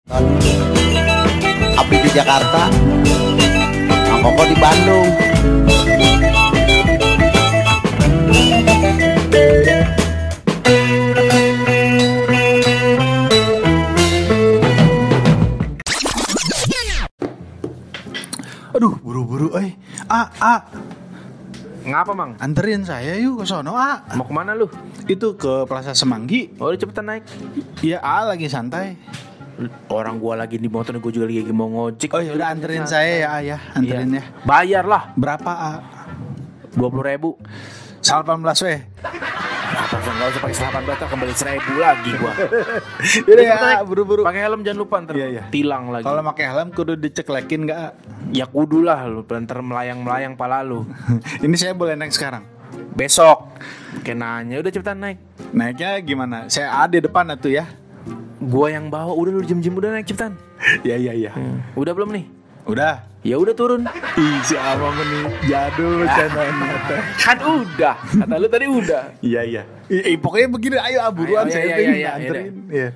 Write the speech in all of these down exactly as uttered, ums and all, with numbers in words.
Abdi di Jakarta, Mang Koko di Bandung. Aduh, buru-buru, eh. Ah, ah. Ngapa, Mang? Anterin saya yuk ke sono, ah. Mau kemana lu? Itu ke Plaza Semanggi. Oh, udah cepetan naik. Iya, ah lagi santai. Orang gua lagi di motor, gua juga lagi mau ngojek. Oh ya udah anterin saya ya, ah ya. Anterin Iya. ya. Bayar lah. Berapa, ah? dua puluh ribu. delapan belas weh. Apa enggak usah pakai delapan belas, kembali seribu lagi gua. Yaudah ya, buru-buru. Pakai helm jangan lupa, ntar Iya, iya. tilang lagi. Kalau pakai helm kudu diceklekin enggak? Ya kudu lah lu, ntar melayang-melayang pala lu. Ini saya boleh naik sekarang? Besok. Kayak nanya, udah cepetan naik. Naiknya gimana? Saya ada di depan atuh ya. Gua yang bawa, udah lu jem-jem udah naik cepetan. Ya iya iya. Hmm. Udah belum nih? Udah. Ya udah turun. Ih, si Ama nih jadul channelnya teh. Kan udah. Kata lu tadi udah. Iya iya. Ih, pokoknya begini, ayo ah, buruan Ayo, saya iya, pengen iya, iya, anterin. Iya.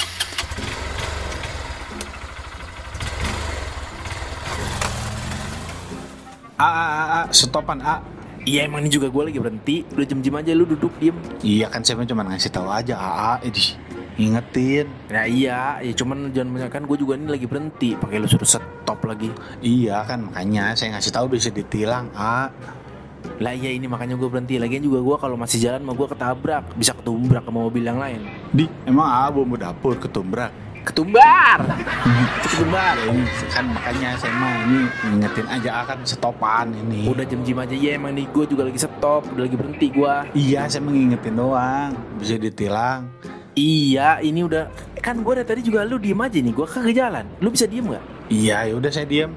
A a a a stopan a. Iya emang ini juga gue lagi berhenti. Udah jem-jem aja lu duduk diem. Iya kan saya cuma ngasih tahu aja a a ini ingetin. Ya iya, ya cuman jangan banyak kan gue juga ini lagi berhenti. Pakai lu suruh stop lagi. Iya kan makanya saya ngasih tahu bisa ditilang a. Lah iya ini makanya gue berhenti. Lagian juga gue kalau masih jalan mah gue ketabrak, bisa ketumbrak sama mobil yang lain. Di emang a bumbu dapur ketumbrak. Ketumbar. Ketumbar. Ya, ini kan makanya saya mah ini ingetin aja akan stopan ini. Udah jem-jem aja ya emang nih gue juga lagi stop, udah lagi berhenti gue. Iya saya mengingetin doang, bisa ditilang. Iya ini udah kan gue dari tadi juga lu diem aja nih, gue kagak jalan. Lu bisa diem gak? Iya ya udah saya diem.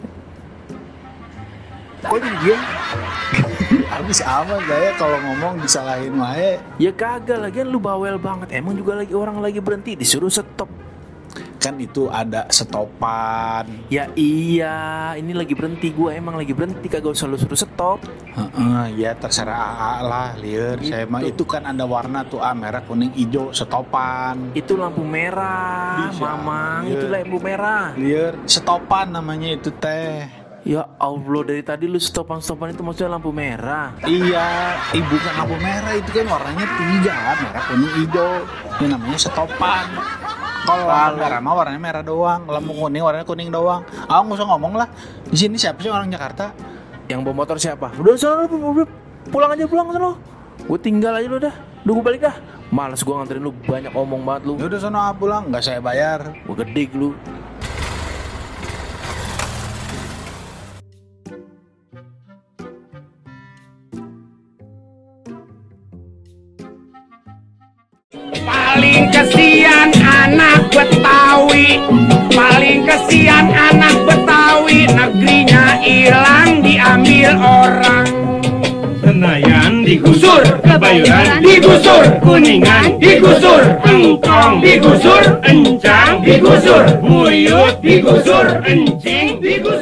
Kok jadi diem? Habis aman saya kalau ngomong disalahin wae. Ya kagak, lagian lu bawel banget. Emang juga lagi orang lagi berhenti disuruh stop. Kan itu ada stopan. Ya iya, ini lagi berhenti, gue emang lagi berhenti, kagak usah lu suruh stop. Heeh, ya terserah A A lah, liur. Gitu. Saya mah itu kan ada warna tuh A, merah, kuning, hijau, stopan. Itu lampu merah, Bisa, mamang, iya. itu lampu merah. Liur, stopan namanya itu teh. Ya Allah, dari tadi lu stopan-stopan itu maksudnya lampu merah. Iya, eh, bukan lampu merah, itu kan warnanya tiga, merah, kuning, hijau. Ini namanya stopan. Kalau lampu merah mah warnanya merah doang, lampu kuning warnanya kuning doang. Ah, nggak usah ngomong lah. Di sini siapa sih orang Jakarta? Yang bawa motor siapa? Udah sana, pulang aja pulang sana. Gue tinggal aja lu dah. Udah gue balik dah. Males gue nganterin lu, banyak omong banget lu. Ya udah sana pulang, nggak saya bayar. Gue gede lu. Paling kesian anak Betawi, paling kesian anak Betawi, negerinya hilang diambil orang. Senayan digusur, Kebayoran digusur, Kuningan digusur, Engkong digusur, Encang digusur, Muyut digusur, Encing digusur.